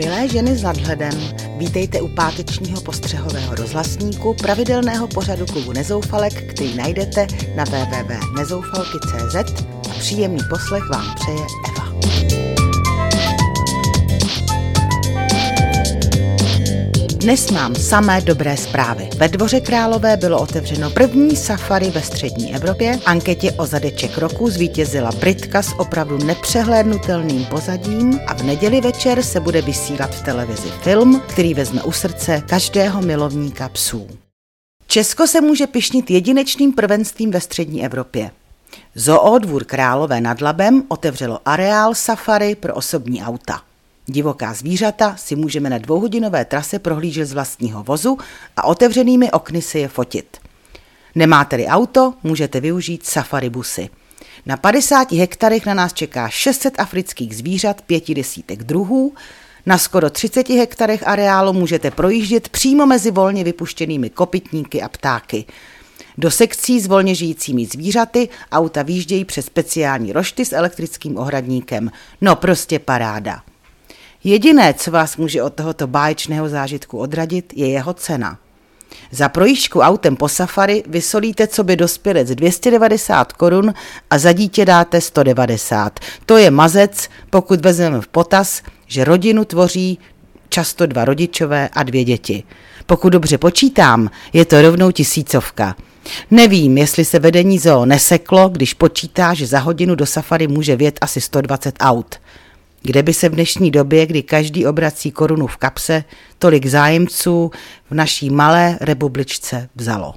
Milé ženy s nadhledem, vítejte u pátečního postřehového rozhlasníku pravidelného pořadu klubu Nezoufalek, který najdete na www.nezoufalky.cz a příjemný poslech vám přeje Eva. Dnes mám samé dobré zprávy. Ve Dvoře Králové bylo otevřeno první safari ve střední Evropě. V anketě o zadeček roku zvítězila Britka s opravdu nepřehlédnutelným pozadím a v neděli večer se bude vysílat v televizi film, který vezme u srdce každého milovníka psů. Česko se může pyšnit jedinečným prvenstvím ve střední Evropě. Zoo Dvůr Králové nad Labem otevřelo areál safari pro osobní auta. Divoká zvířata si můžeme na 2hodinové trase prohlížet z vlastního vozu a otevřenými okny si je fotit. Nemáte-li auto, můžete využít safari busy. Na 50 hektarech na nás čeká 600 afrických zvířat, 50 druhů. Na skoro 30 hektarech areálu můžete projíždět přímo mezi volně vypuštěnými kopytníky a ptáky. Do sekcí s volně žijícími zvířaty auta výjíždějí přes speciální rošty s elektrickým ohradníkem. No prostě paráda. Jediné, co vás může od tohoto báječného zážitku odradit, je jeho cena. Za projížďku autem po safari vysolíte coby dospělec 290 korun a za dítě dáte 190. To je mazec, pokud vezmeme v potaz, že rodinu tvoří často 2 rodičové a 2 děti. Pokud dobře počítám, je to rovnou 1000. Nevím, jestli se vedení zoo neseklo, když počítá, že za hodinu do safari může vjet asi 120 aut. Kde by se v dnešní době, kdy každý obrací korunu v kapse, tolik zájemců v naší malé republičce vzalo.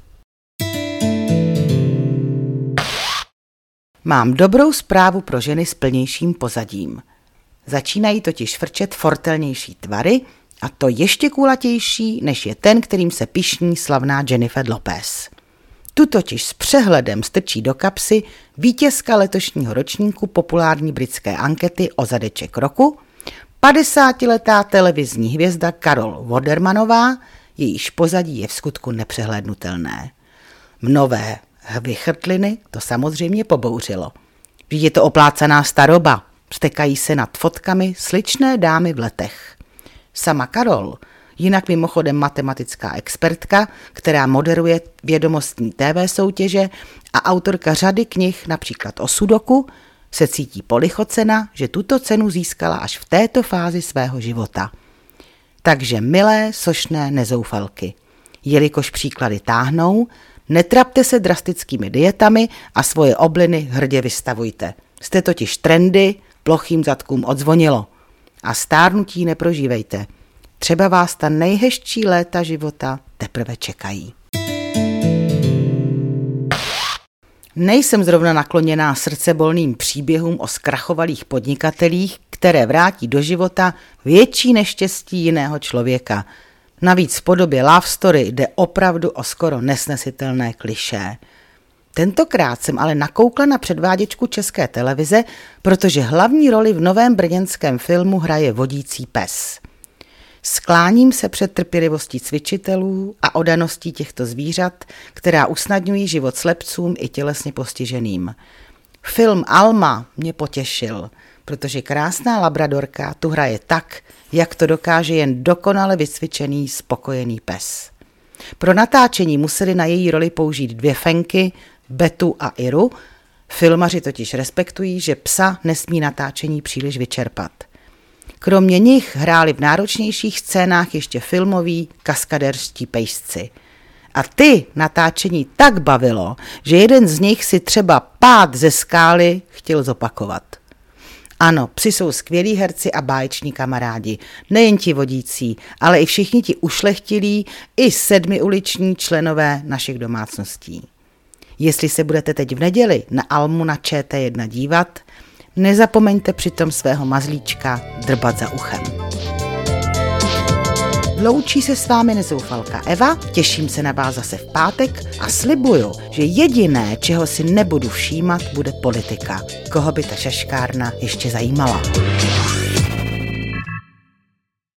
Mám dobrou zprávu pro ženy s plnějším pozadím. Začínají totiž frčet fortelnější tvary a to ještě kulatější, než je ten, kterým se pyšní slavná Jennifer Lopez. Tu totiž s přehledem strčí do kapsy vítězka letošního ročníku populární britské ankety o zadeček roku, 50letá televizní hvězda Carol Vordermanová, jejíž pozadí je vskutku nepřehlédnutelné. Mnohé vychrtliny to samozřejmě pobouřilo. Vždyť je to oplácaná staroba, vztekají se nad fotkami sličné dámy v letech. Sama Carol, jinak mimochodem matematická expertka, která moderuje vědomostní TV soutěže a autorka řady knih, například o sudoku, se cítí polichocena, že tuto cenu získala až v této fázi svého života. Takže milé, sošné nezoufalky, jelikož příklady táhnou, netrapte se drastickými dietami a svoje obliny hrdě vystavujte. Jste totiž trendy, plochým zadkům odzvonilo. A stárnutí neprožívejte. Třeba vás ta nejhezčí léta života teprve čekají. Nejsem zrovna nakloněná srdcebolným příběhům o zkrachovalých podnikatelích, které vrátí do života větší neštěstí jiného člověka. Navíc v podobě love story jde opravdu o skoro nesnesitelné klišé. Tentokrát jsem ale nakoukla na předváděčku České televize, protože hlavní roli v novém brněnském filmu hraje vodící pes. Skláním se před trpělivostí cvičitelů a odaností těchto zvířat, která usnadňují život slepcům i tělesně postiženým. Film Alma mě potěšil, protože krásná labradorka tu hraje tak, jak to dokáže jen dokonale vycvičený, spokojený pes. Pro natáčení museli na její roli použít 2 fenky, Betu a Iru, filmaři totiž respektují, že psa nesmí natáčení příliš vyčerpat. Kromě nich hráli v náročnějších scénách ještě filmoví kaskadérští pejsci. A ty natáčení tak bavilo, že jeden z nich si třeba pád ze skály chtěl zopakovat. Ano, psi jsou skvělí herci a báječní kamarádi, nejen ti vodící, ale i všichni ti ušlechtilí i 7uliční členové našich domácností. Jestli se budete teď v neděli na Almu na ČT1 dívat, nezapomeňte přitom svého mazlíčka drbat za uchem. Loučí se s vámi nezoufalka Eva, těším se na vás zase v pátek a slibuju, že jediné, čeho si nebudu všímat, bude politika. Koho by ta šaškárna ještě zajímala.